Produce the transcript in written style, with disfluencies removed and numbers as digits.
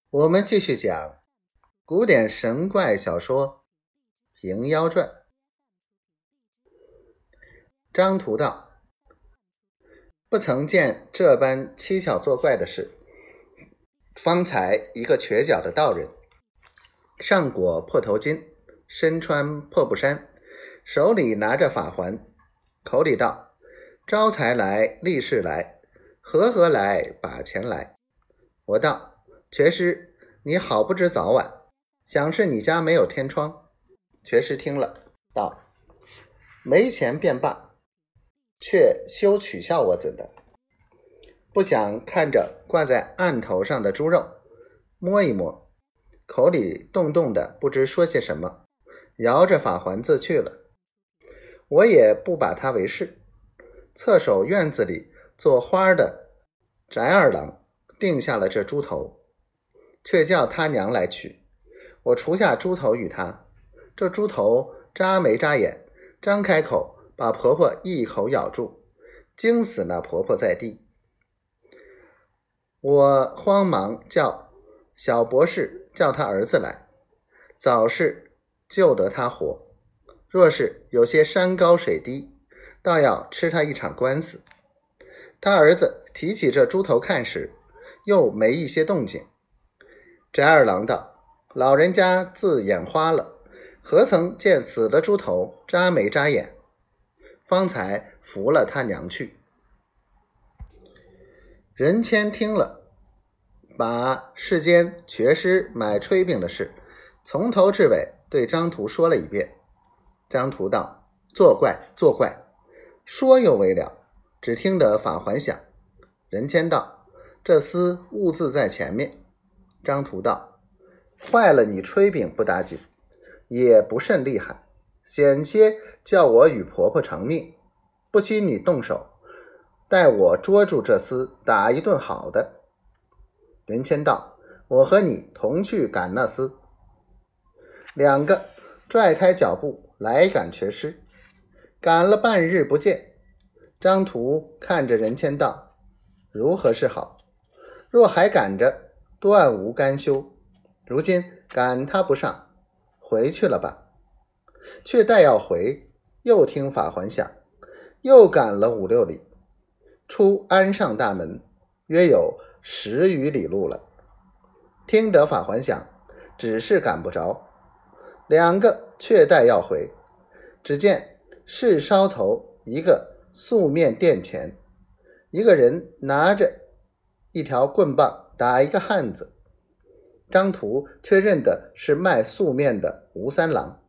我们继续讲古典神怪小说《平妖传》。张图道：不曾见这般蹊跷作怪的事。方才一个瘸脚的道人，上裹破头巾，身穿破布衫，手里拿着法环，口里道：招财来，利市来，和来，把钱来。我道：瘸师，你好不知早晚，想是你家没有天窗。瘸师听了道：没钱便罢，却休取笑我怎的？不想看着挂在案头上的猪肉，摸一摸，口里动动的不知说些什么，摇着法环自去了。我也不把他为事，侧手院子里做花的翟二郎定下了这猪头，却叫他娘来取。我除下猪头与他，这猪头眨眉眨眼，张开口把婆婆一口咬住，惊死那婆婆在地。我慌忙叫小博士叫他儿子来，早是救得他活，若是有些山高水低，倒要吃他一场官司。他儿子提起这猪头看时，又没一些动静。翟二郎道：老人家自眼花了，何曾见死的猪头眨眉眨眼？方才扶了他娘去。任谦听了，把世间瘸师买炊饼的事从头至尾对张图说了一遍。张图道：作怪作怪，说又为了，只听得法环响。任谦道：这厮兀自在前面。张图道：坏了你炊饼不打紧，也不甚厉害，险些叫我与婆婆偿命，不惜你动手，待我捉住这厮，打一顿好的。任谦道：我和你同去赶那厮。两个拽开脚步来赶瘸师，赶了半日不见。张图看着任谦道：如何是好？若还赶着，断无甘休。如今赶他不上，回去了吧。却待要回，又听法环响，又赶了5、6里，出安上大门，约有10余里路了。听得法环响，只是赶不着。两个却待要回，只见市梢头一个素面店前，一个人拿着一条棍棒打一个汉子。张图却认得是卖素面的吴三郎，